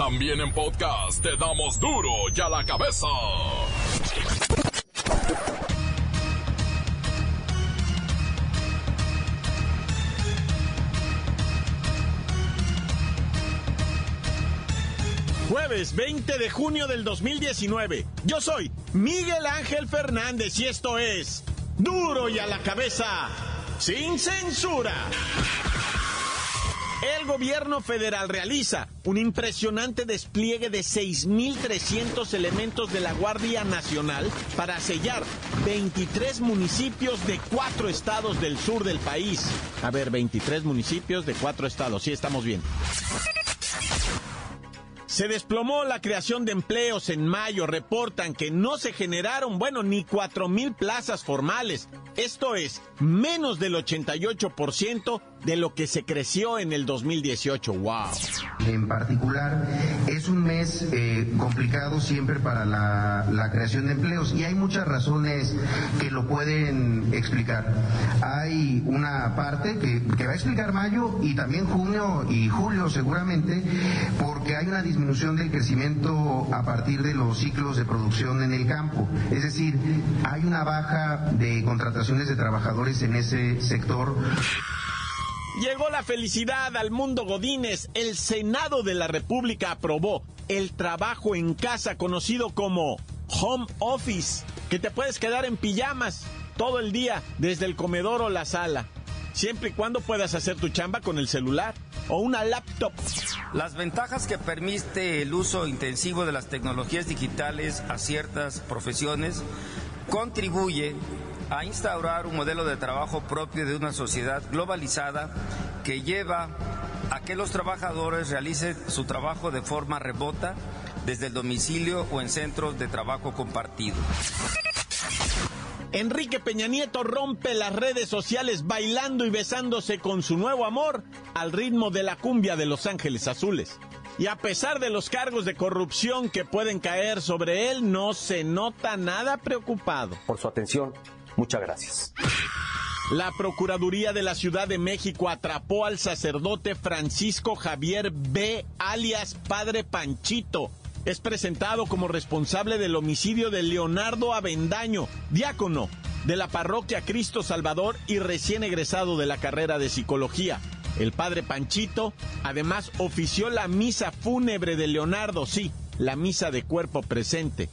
También en podcast te damos duro y a la cabeza. Jueves 20 de junio del 2019. Yo soy Miguel Ángel Fernández y esto es Duro y a la cabeza, sin censura. El gobierno federal realiza un impresionante despliegue de 6,300 elementos de la Guardia Nacional para sellar 23 municipios de 4 estados del sur del país. A ver, 23 municipios de 4 estados, sí, estamos bien. Se desplomó la creación de empleos en mayo. Reportan que no se generaron, ni 4,000 plazas formales. Esto es menos del 88% de lo que se creció en el 2018. ¡Wow! En particular, es un mes complicado siempre para la creación de empleos y hay muchas razones que lo pueden explicar. Hay una parte que va a explicar mayo y también junio y julio seguramente, porque hay una disminución del crecimiento a partir de los ciclos de producción en el campo. Es decir, hay una baja de contrataciones de trabajadores en ese sector. Llegó la felicidad al mundo godínez. El Senado de la República aprobó el trabajo en casa, conocido como home office, que te puedes quedar en pijamas todo el día desde el comedor o la sala, siempre y cuando puedas hacer tu chamba con el celular o una laptop. Las ventajas que permite el uso intensivo de las tecnologías digitales a ciertas profesiones contribuye a instaurar un modelo de trabajo propio de una sociedad globalizada que lleva a que los trabajadores realicen su trabajo de forma remota desde el domicilio o en centros de trabajo compartido. Enrique Peña Nieto rompe las redes sociales bailando y besándose con su nuevo amor al ritmo de la cumbia de Los Ángeles Azules. Y a pesar de los cargos de corrupción que pueden caer sobre él, no se nota nada preocupado. Por su atención, muchas gracias. La Procuraduría de la Ciudad de México atrapó al sacerdote Francisco Javier B., alias Padre Panchito. Es presentado como responsable del homicidio de Leonardo Avendaño, diácono de la parroquia Cristo Salvador y recién egresado de la carrera de psicología. El Padre Panchito además ofició la misa fúnebre de Leonardo, sí, la misa de cuerpo presente.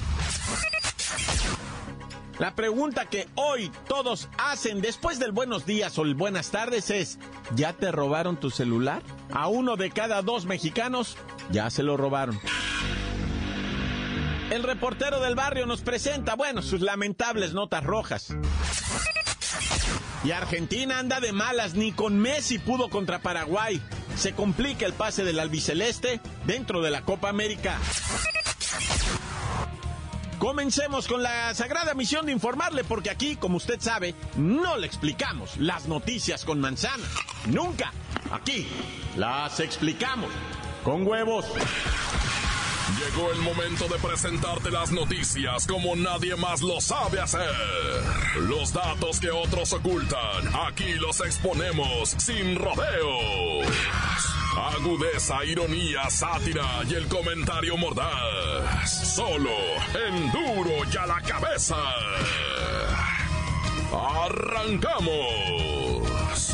La pregunta que hoy todos hacen después del buenos días o el buenas tardes es: ¿ya te robaron tu celular? A 1 de cada 2 mexicanos ya se lo robaron. El reportero del barrio nos presenta, sus lamentables notas rojas. Y Argentina anda de malas, ni con Messi pudo contra Paraguay. Se complica el pase del albiceleste dentro de la Copa América. Comencemos con la sagrada misión de informarle, porque aquí, como usted sabe, no le explicamos las noticias con manzana. Nunca. Aquí las explicamos con huevos. Llegó el momento de presentarte las noticias como nadie más lo sabe hacer. Los datos que otros ocultan, aquí los exponemos sin rodeos. Agudeza, ironía, sátira y el comentario mordaz. Solo en Duro y a la Cabeza. ¡Arrancamos!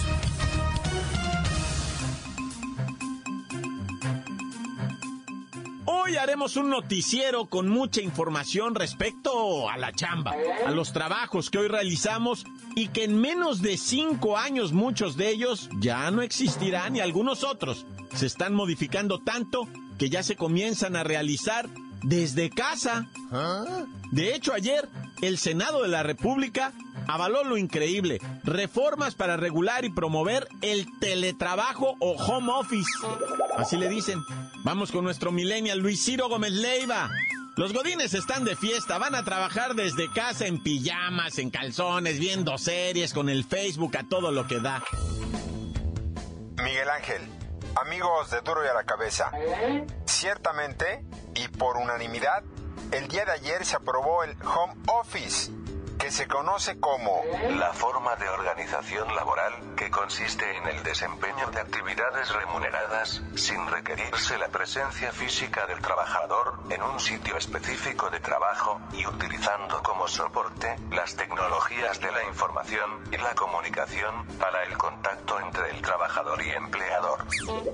Hoy haremos un noticiero con mucha información respecto a la chamba, a los trabajos que hoy realizamos y que en menos de 5 años muchos de ellos ya no existirán y algunos otros se están modificando tanto que ya se comienzan a realizar desde casa. De hecho, ayer el Senado de la República avaló lo increíble: reformas para regular y promover el teletrabajo o home office. Así le dicen. Vamos con nuestro millennial Luis Ciro Gómez Leiva. Los godines están de fiesta, van a trabajar desde casa en pijamas, en calzones, viendo series, con el Facebook a todo lo que da. Miguel Ángel, amigos de Duro y a la Cabeza, ciertamente y por unanimidad, el día de ayer se aprobó el home office, que que se conoce como la forma de organización laboral, que consiste en el desempeño de actividades remuneradas, sin requerirse la presencia física del trabajador en un sitio específico de trabajo, y utilizando como soporte las tecnologías de la información y la comunicación para el contacto entre el trabajador y empleador.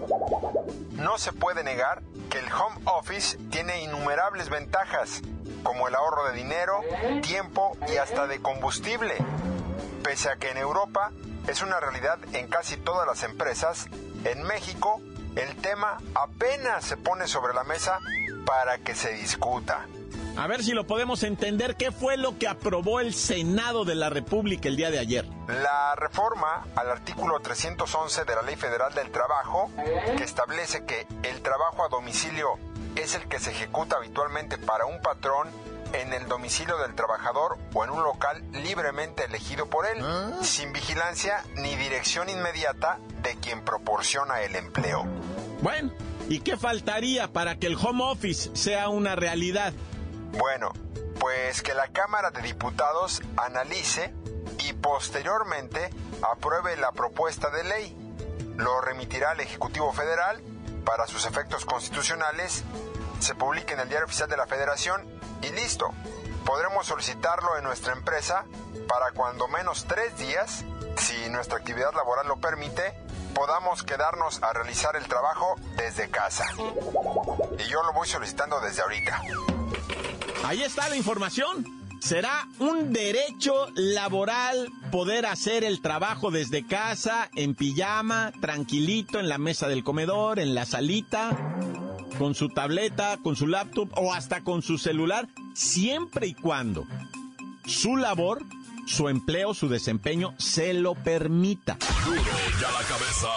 No se puede negar que el home office tiene innumerables ventajas, como el ahorro de dinero, tiempo y hasta de combustible. Pese a que en Europa es una realidad en casi todas las empresas, en México el tema apenas se pone sobre la mesa para que se discuta. A ver si lo podemos entender. ¿Qué fue lo que aprobó el Senado de la República el día de ayer? La reforma al artículo 311 de la Ley Federal del Trabajo, que establece que el trabajo a domicilio es el que se ejecuta habitualmente para un patrón en el domicilio del trabajador o en un local libremente elegido por él, sin vigilancia ni dirección inmediata de quien proporciona el empleo. Bueno, ¿y qué faltaría para que el home office sea una realidad? Bueno, pues que la Cámara de Diputados analice y posteriormente apruebe la propuesta de ley. Lo remitirá al Ejecutivo Federal para sus efectos constitucionales, se publique en el Diario Oficial de la Federación y listo. Podremos solicitarlo en nuestra empresa para cuando menos 3 días, si nuestra actividad laboral lo permite, podamos quedarnos a realizar el trabajo desde casa. Y yo lo voy solicitando desde ahorita. Ahí está la información. Será un derecho laboral poder hacer el trabajo desde casa, en pijama, tranquilito, en la mesa del comedor, en la salita, con su tableta, con su laptop o hasta con su celular, siempre y cuando su labor, su empleo, su desempeño se lo permita. Duro ya la cabeza.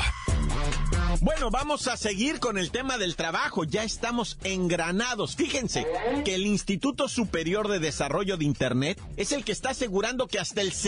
Bueno, vamos a seguir con el tema del trabajo. Ya estamos engranados. Fíjense que el Instituto Superior de Desarrollo de Internet es el que está asegurando que hasta el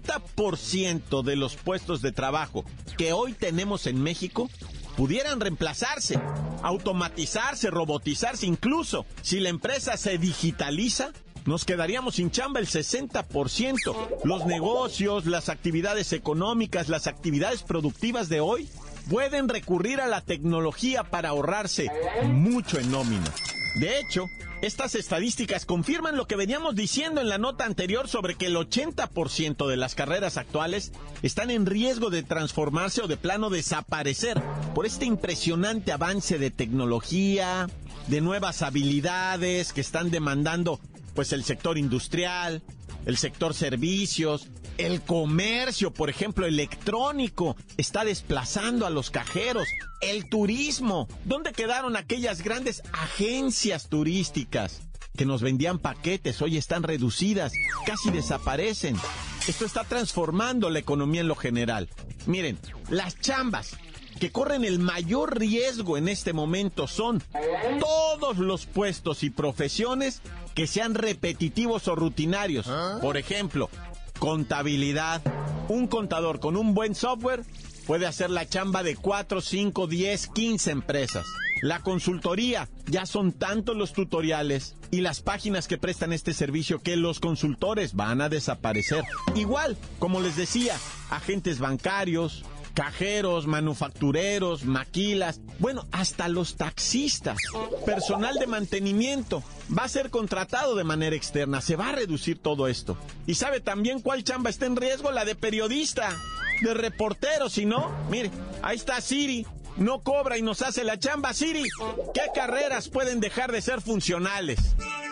60% de los puestos de trabajo que hoy tenemos en México pudieran reemplazarse, automatizarse, robotizarse. Incluso si la empresa se digitaliza, nos quedaríamos sin chamba el 60%. Los negocios, las actividades económicas, las actividades productivas de hoy pueden recurrir a la tecnología para ahorrarse mucho en nómina. De hecho, estas estadísticas confirman lo que veníamos diciendo en la nota anterior sobre que el 80% de las carreras actuales están en riesgo de transformarse o de plano desaparecer por este impresionante avance de tecnología, de nuevas habilidades que están demandando pues el sector industrial, el sector servicios, el comercio, por ejemplo, electrónico, está desplazando a los cajeros. El turismo. ¿Dónde quedaron aquellas grandes agencias turísticas que nos vendían paquetes? Hoy están reducidas, casi desaparecen. Esto está transformando la economía en lo general. Miren, las chambas que corren el mayor riesgo en este momento son todos los puestos y profesiones que sean repetitivos o rutinarios. Por ejemplo, contabilidad. Un contador con un buen software puede hacer la chamba de 4, 5, 10, 15 empresas. La consultoría, ya son tantos los tutoriales y las páginas que prestan este servicio que los consultores van a desaparecer. Igual, como les decía, agentes bancarios, cajeros, manufactureros, maquilas, bueno, hasta los taxistas. Personal de mantenimiento va a ser contratado de manera externa, se va a reducir todo esto. ¿Y sabe también cuál chamba está en riesgo? La de periodista, de reportero. Si no, mire, ahí está Siri, no cobra y nos hace la chamba. Siri, ¿qué carreras pueden dejar de ser funcionales?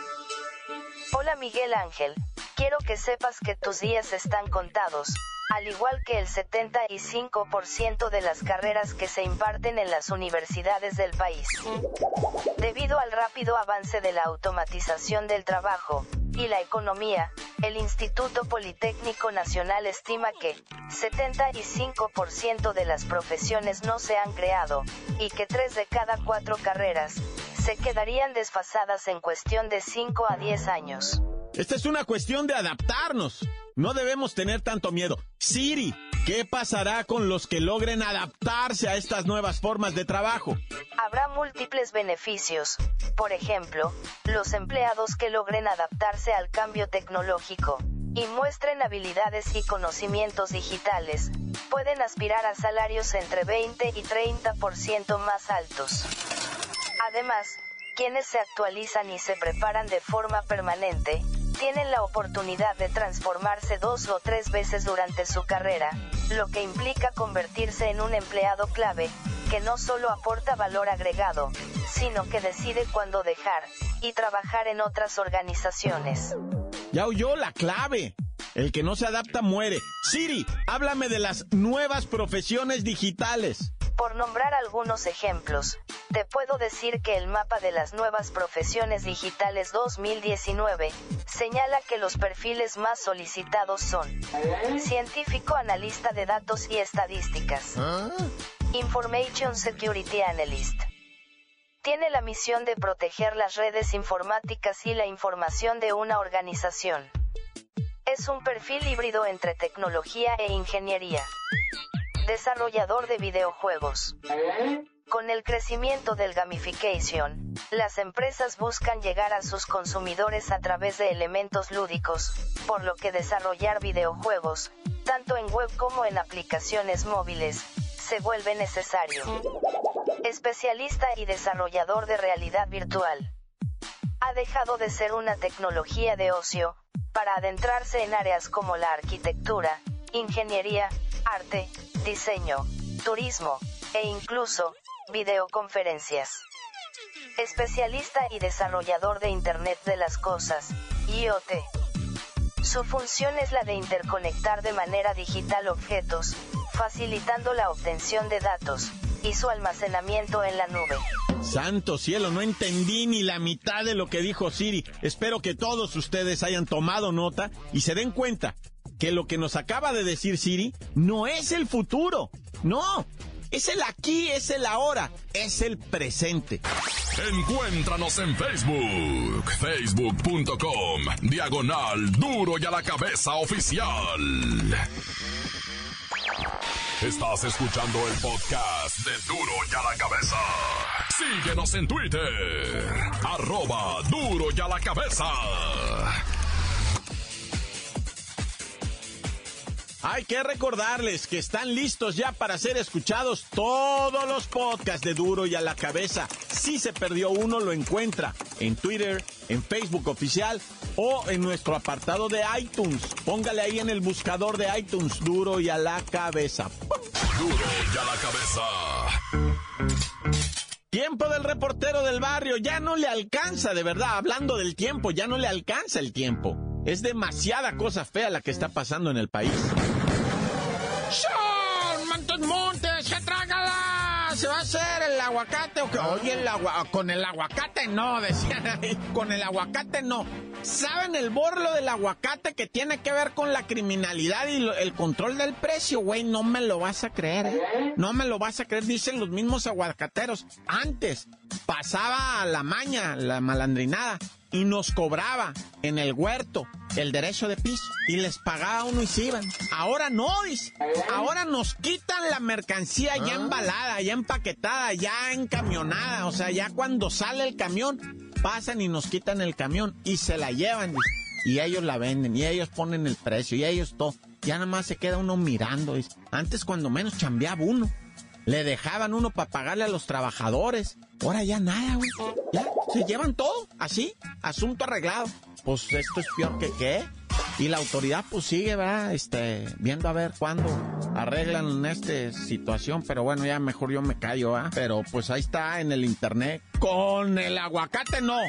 Hola Miguel Ángel, quiero que sepas que tus días están contados, al igual que el 75% de las carreras que se imparten en las universidades del país. Debido al rápido avance de la automatización del trabajo y la economía, el Instituto Politécnico Nacional estima que 75% de las profesiones no se han creado, y que 3 de cada 4 carreras se quedarían desfasadas en cuestión de 5 a 10 años. Esta es una cuestión de adaptarnos. No debemos tener tanto miedo. Siri, ¿qué pasará con los que logren adaptarse a estas nuevas formas de trabajo? Habrá múltiples beneficios. Por ejemplo, los empleados que logren adaptarse al cambio tecnológico y muestren habilidades y conocimientos digitales, pueden aspirar a salarios entre 20 y 30% más altos. Además, quienes se actualizan y se preparan de forma permanente, tienen la oportunidad de transformarse 2 o 3 veces durante su carrera, lo que implica convertirse en un empleado clave, que no solo aporta valor agregado, sino que decide cuándo dejar y trabajar en otras organizaciones. Ya oyó la clave. El que no se adapta muere. Siri, háblame de las nuevas profesiones digitales. Por nombrar algunos ejemplos, te puedo decir que el mapa de las nuevas profesiones digitales 2019 señala que los perfiles más solicitados son científico, analista de datos y estadísticas, Information Security Analyst. Tiene la misión de proteger las redes informáticas y la información de una organización. Es un perfil híbrido entre tecnología e ingeniería. Desarrollador de videojuegos. Con el crecimiento del gamification, las empresas buscan llegar a sus consumidores a través de elementos lúdicos, por lo que desarrollar videojuegos, tanto en web como en aplicaciones móviles, se vuelve necesario. Especialista y desarrollador de realidad virtual. Ha dejado de ser una tecnología de ocio, para adentrarse en áreas como la arquitectura, ingeniería, arte, diseño, turismo, e incluso, videoconferencias. Especialista y desarrollador de Internet de las Cosas, IoT. Su función es la de interconectar de manera digital objetos, facilitando la obtención de datos, y su almacenamiento en la nube. Santo cielo, no entendí ni la mitad de lo que dijo Siri. Espero que todos ustedes hayan tomado nota y se den cuenta que lo que nos acaba de decir Siri no es el futuro. No, es el aquí, es el ahora, es el presente. Encuéntranos en Facebook, facebook.com/Duro y a la Cabeza Oficial. Estás escuchando el podcast de Duro y a la Cabeza. Síguenos en Twitter, @Duro y a la Cabeza. Hay que recordarles que están listos ya para ser escuchados todos los podcasts de Duro y a la Cabeza. Si se perdió uno, lo encuentra en Twitter, en Facebook Oficial o en nuestro apartado de iTunes. Póngale ahí en el buscador de iTunes, Duro y a la Cabeza. Duro y a la Cabeza. Tiempo del reportero del barrio. Ya no le alcanza, de verdad. Hablando del tiempo, ya no le alcanza el tiempo. Es demasiada cosa fea la que está pasando en el país. Montes, ¿qué trágala? ¿Se va a hacer el aguacate o qué? Oye, con el aguacate no, decían ahí. Con el aguacate no. ¿Saben el borlo del aguacate que tiene que ver con la criminalidad y el control del precio? Güey, no me lo vas a creer, ¿eh? No me lo vas a creer, dicen los mismos aguacateros. Antes pasaba la maña, la malandrinada, y nos cobraba en el huerto el derecho de piso y les pagaba uno y se iban. Ahora no, dice. Ahora nos quitan la mercancía ya embalada, ya empaquetada, ya encamionada. O sea, ya cuando sale el camión, pasan y nos quitan el camión y se la llevan, dice. Y ellos la venden y ellos ponen el precio y ellos todo. Ya nada más se queda uno mirando, dice. Antes cuando menos chambeaba uno. Le dejaban uno para pagarle a los trabajadores. Ahora ya nada, güey. Ya, se llevan todo, así, asunto arreglado. Pues esto es peor que qué. Y la autoridad pues sigue, ¿verdad? Viendo a ver cuándo arreglan esta situación. Pero bueno, ya mejor yo me callo, ¿ah? Pero pues ahí está en el internet. Con el aguacate no.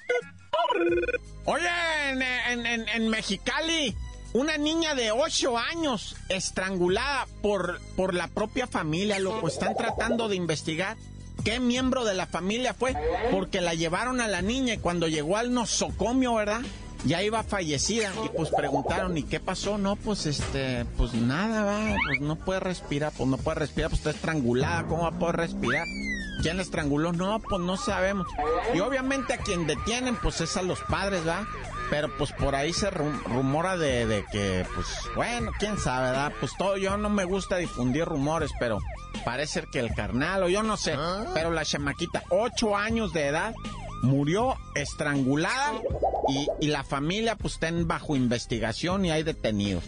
Oye, en Mexicali, una niña de 8 años estrangulada por la propia familia, loco. Están tratando de investigar qué miembro de la familia fue, porque la llevaron a la niña y cuando llegó al nosocomio, ¿verdad? Ya iba fallecida y pues preguntaron, ¿y qué pasó? No, pues pues nada, va, pues no puede respirar, pues está estrangulada, ¿cómo va a poder respirar? ¿Quién la estranguló? No, pues no sabemos. Y obviamente a quien detienen, pues es a los padres, ¿verdad? Pero pues por ahí se rumora de que, pues, bueno, quién sabe, ¿verdad? Pues yo no me gusta difundir rumores, pero parece que el carnal, o yo no sé, pero la chamaquita, 8 años de edad, murió estrangulada y la familia pues está bajo investigación y hay detenidos.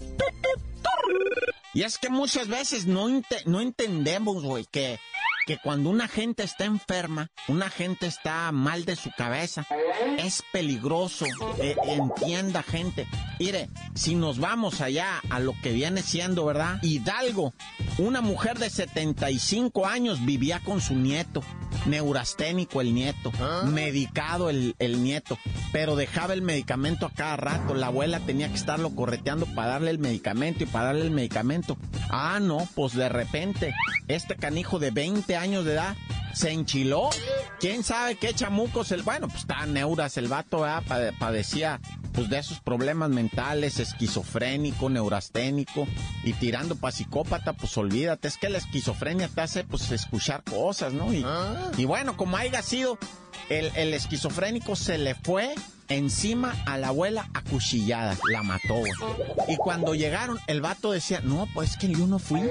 Y es que muchas veces no entendemos, güey, que cuando una gente está enferma, una gente está mal de su cabeza, es peligroso. Entienda, gente. Mire, si nos vamos allá a lo que viene siendo, ¿verdad? Hidalgo, una mujer de 75 años vivía con su nieto. Neurasténico el nieto, medicado el nieto, pero dejaba el medicamento a cada rato. La abuela tenía que estarlo correteando para darle el medicamento y para darle el medicamento. Ah, no, pues de repente, este canijo de 20 años de edad se enchiló. ¿Quién sabe qué chamucos? Bueno, pues estaba neuras el vato, ¿verdad? Padecía pues de esos problemas mentales, esquizofrénico, neurasténico, y tirando para psicópata, pues olvídate, es que la esquizofrenia te hace pues escuchar cosas, ¿no? Y bueno, como haya sido, el esquizofrénico se le fue encima a la abuela a cuchilladas, la mató, güey. Y cuando llegaron, el vato decía, no, pues es que yo no fui,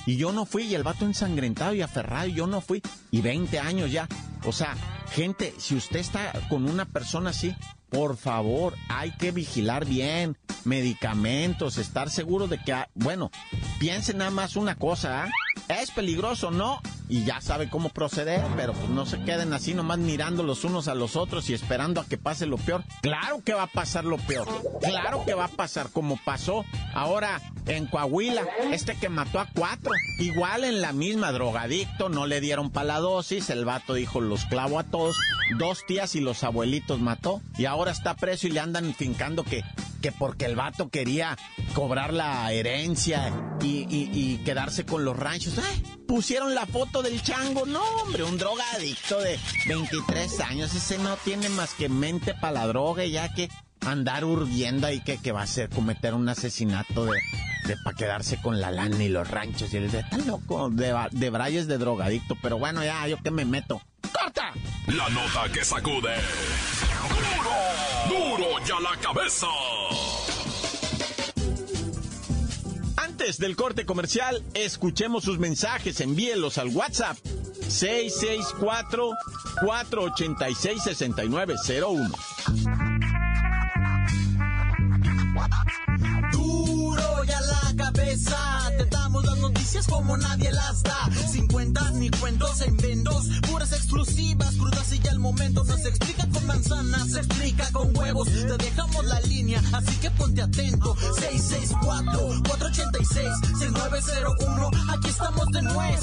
y el vato ensangrentado y aferrado, y yo no fui, y 20 años ya. O sea, gente, si usted está con una persona así, por favor, hay que vigilar bien, medicamentos, estar seguro de que, bueno, piense nada más una cosa, es peligroso, ¿no? Y ya sabe cómo proceder, pero pues no se queden así nomás mirando los unos a los otros y esperando a que pase lo peor. Claro que va a pasar lo peor, claro que va a pasar como pasó ahora en Coahuila, que mató a 4, igual en la misma, drogadicto, no le dieron para la dosis, el vato dijo, los clavo a todos, 2 tías y los abuelitos mató, y ahora está preso y le andan fincando que porque el vato quería cobrar la herencia y quedarse con los ranchos. Pusieron la foto del chango. No, hombre, un drogadicto de 23 años. Ese no tiene más que mente para la droga, ya que andar urdiendo ahí que va a hacer cometer un asesinato de para quedarse con la lana y los ranchos. Y él está loco, de brayes de drogadicto. Pero bueno, ya, yo que me meto. ¡Corta! La nota que sacude. ¡Duro ya la cabeza! Antes del corte comercial, escuchemos sus mensajes, envíelos al WhatsApp 664-486-6901. Duro ya la cabeza, te damos las noticias como nadie las da, sin cuentas ni cuentos e inventos, puras exclusivas, crudas y ya el momento. No se explica con manzanas, se explica con huevos, te dejamos la línea, así que ponte atento. 664-486-6901, aquí estamos de nuez.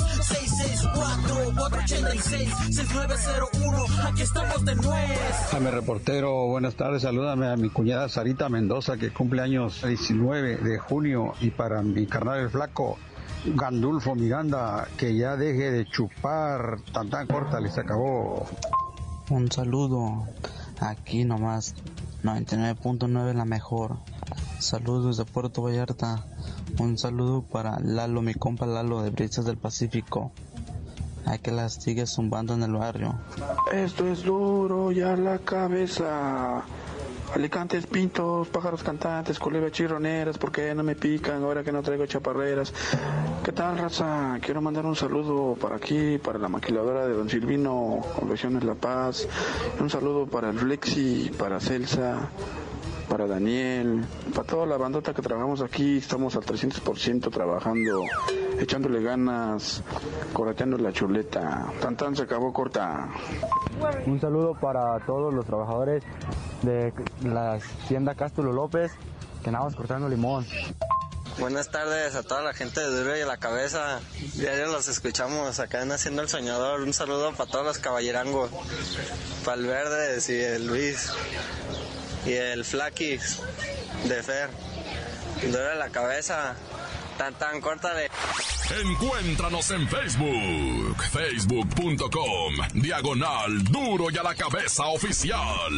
664-486-6901, aquí estamos de nuez. A mi reportero, buenas tardes, salúdame a mi cuñada Sarita Mendoza, que cumple años 19 de junio, y para mi carnal el flaco Gandulfo Miranda, que ya deje de chupar, tan corta, les acabó. Un saludo, aquí nomás, 99.9 la mejor. Saludos de Puerto Vallarta. Un saludo para Lalo, mi compa Lalo de Brisas del Pacífico. Hay que las sigue zumbando en el barrio. Esto es duro ya la cabeza. Alicantes, pintos, pájaros cantantes, culebras chirroneras, porque no me pican ahora que no traigo chaparreras. ¿Qué tal, raza? Quiero mandar un saludo para aquí, para la maquiladora de Don Silvino, Confecciones La Paz. Un saludo para el Flexi, para Celsa, para Daniel, para toda la bandota que trabajamos aquí. Estamos al 300% trabajando, echándole ganas, correteando la chuleta. Tan se acabó, corta. Un saludo para todos los trabajadores de la hacienda Cástulo López, que andamos cortando limón. Buenas tardes a toda la gente de Duro y a la Cabeza. Diario los escuchamos acá en Hacienda El Soñador. Un saludo para todos los caballerangos, para el Verdes y el Luis y el Flaquis de Fer. Duro y a la Cabeza. Tan, córtale. Encuéntranos en Facebook, facebook.com/Duro y a la Cabeza Oficial.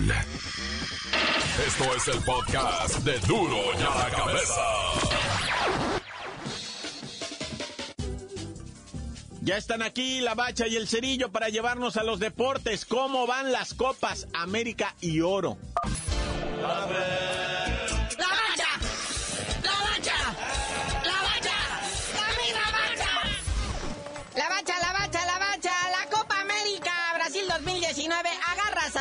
Esto es el podcast de Duro y a la Cabeza. Ya están aquí la Bacha y el Cerillo para llevarnos a los deportes. ¿Cómo van las copas América y Oro? La Copa América Brasil 2019, agarras a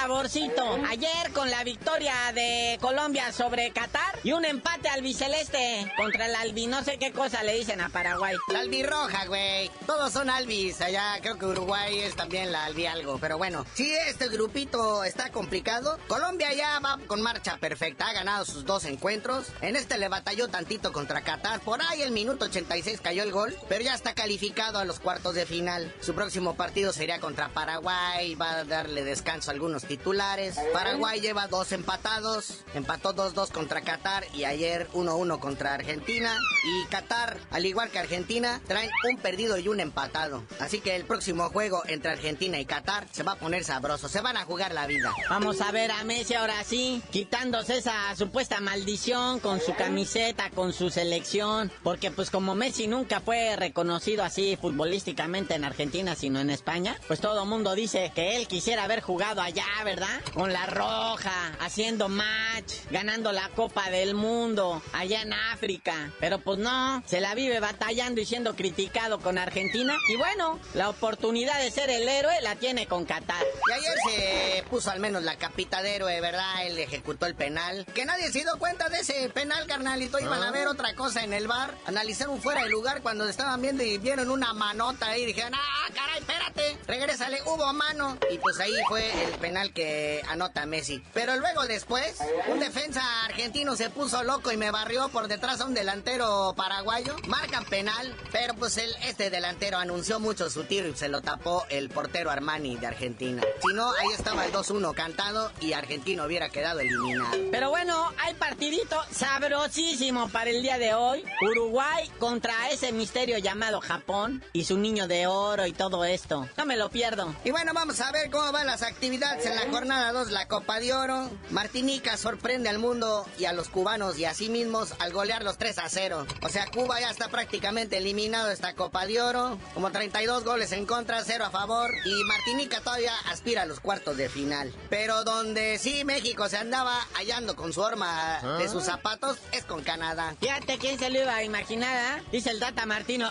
saborcito. Ayer con la victoria de Colombia sobre Qatar y un empate albiceleste contra el albi, no sé qué cosa le dicen a Paraguay. La albirroja, güey. Todos son albis. Allá creo que Uruguay es también la albialgo. Pero bueno, sí, este grupito está complicado. Colombia ya va con marcha perfecta. Ha ganado sus 2 encuentros. En este le batalló tantito contra Qatar. Por ahí el minuto 86 cayó el gol. Pero ya está calificado a los cuartos de final. Su próximo partido sería contra Paraguay. Va a darle descanso a algunos titulares. Paraguay lleva 2 empatados. Empató 2-2 contra Qatar. Y ayer 1-1 contra Argentina. Y Qatar, al igual que Argentina, traen un perdido y un empatado. Así que el próximo juego entre Argentina y Qatar se va a poner sabroso. Se van a jugar la vida. Vamos a ver a Messi ahora sí, quitándose esa supuesta maldición con su camiseta, con su selección. Porque pues como Messi nunca fue reconocido así futbolísticamente en Argentina, sino en España, pues todo el mundo dice que él quisiera haber jugado allá, ¿verdad? Con la roja, haciendo match, ganando la Copa del Mundo, allá en África. Pero pues no, se la vive batallando y siendo criticado con Argentina. Y bueno, la oportunidad de ser el héroe la tiene con Qatar. Y ayer se puso al menos la capita de héroe, ¿verdad? Él ejecutó el penal. Que nadie se dio cuenta de ese penal, carnalito. Iban a ver otra cosa en el bar. Analizaron fuera de lugar cuando estaban viendo y vieron una manota ahí. Y dijeron, caray, espérate, regrésale, hubo mano. Y pues ahí fue el penal que anota Messi. Pero luego después, un defensa argentino se puso loco y me barrió por detrás a un delantero paraguayo. Marcan penal, pero pues este delantero anunció mucho su tiro y se lo tapó el portero Armani de Argentina. Si no, ahí estaba el 2-1 cantado y Argentina hubiera quedado eliminado. Pero bueno, hay partidito sabrosísimo para el día de hoy. Uruguay contra ese misterio llamado Japón y su niño de oro y todo esto. No me lo pierdo. Y bueno, vamos a ver cómo van las actividades en la jornada 2, la Copa de Oro. Martinica sorprende al mundo y a los cubanos y a sí mismos al golear los 3-0. O sea, Cuba ya está prácticamente eliminado de esta Copa de Oro. Como 32 goles en contra, 0 a favor. Y Martinica todavía aspira a los cuartos de final. Pero donde sí México se andaba hallando con su horma de sus zapatos es con Canadá. Fíjate quién se lo iba a imaginar, ¿eh? Dice el Tata Martino,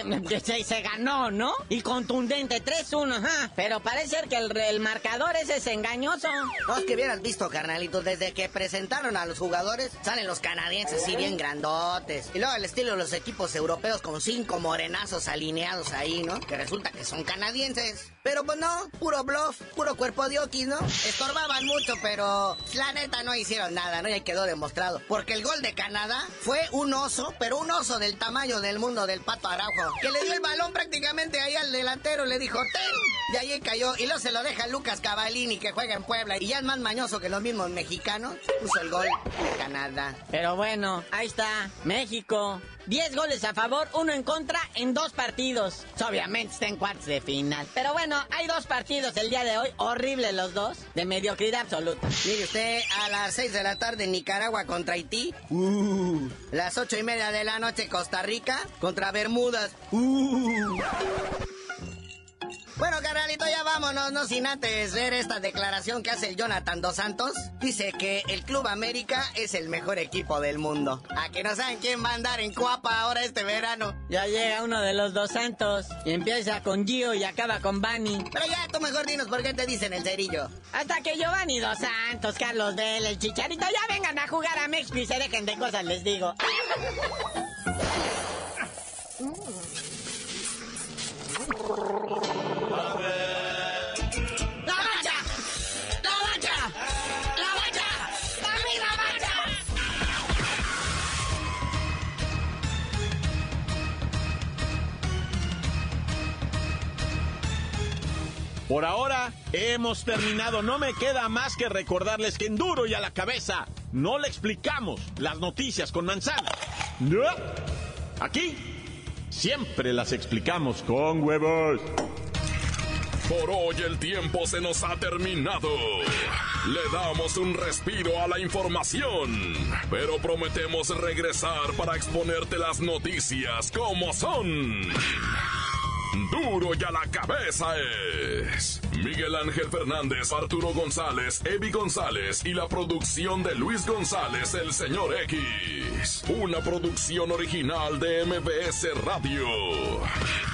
se ganó, ¿no? Y contundente, 3-1, ajá. Pero parece ser que el marcador ese es engañoso. No, es que hubieras visto, carnalitos, desde que presentaron a los jugadores, salen los canadienses así bien grandotes. Y luego al estilo de los equipos europeos con 5 morenazos alineados ahí, ¿no? Que resulta que son canadienses. Pero pues no, puro bluff, puro cuerpo de oquis, ¿no? Estorbaban mucho, pero la neta no hicieron nada, ¿no? Ya quedó demostrado. Porque el gol de Canadá fue un oso, pero un oso del tamaño del mundo del Pato Araujo, que le dio el balón prácticamente ahí al delantero, le dijo, ¡ten! Y ahí cayó, y luego se lo deja Lucas Cavallini, que juega en Puebla, y ya es más mañoso que los mismos mexicanos, puso el gol de Canadá. Pero bueno, ahí está, México, 10 goles a favor, 1 en contra en 2 partidos. Obviamente está en cuartos de final. Pero bueno, hay 2 partidos el día de hoy, horribles los dos, de mediocridad absoluta. Mire usted, a las 6 de la tarde Nicaragua contra Haití. Las 8:30 de la noche Costa Rica contra Bermudas. Bueno, carnalito, ya vámonos, no sin antes ver esta declaración que hace el Jonathan Dos Santos. Dice que el Club América es el mejor equipo del mundo. A que no saben quién va a andar en Cuapa ahora este verano. Ya llega uno de los Dos Santos y empieza con Gio y acaba con Vani. Pero ya, tú mejor dinos por qué te dicen el cerillo. Hasta que Giovanni Dos Santos, Carlos Vela, el Chicharito, ya vengan a jugar a México y se dejen de cosas, les digo. Por ahora hemos terminado. No me queda más que recordarles que en Duro y a la Cabeza no le explicamos las noticias con manzanas. No. Aquí siempre las explicamos con huevos. Por hoy el tiempo se nos ha terminado. Le damos un respiro a la información, pero prometemos regresar para exponerte las noticias como son. Duro y a la Cabeza es Miguel Ángel Fernández, Arturo González, Evi González y la producción de Luis González, el señor X. Una producción original de MBS Radio.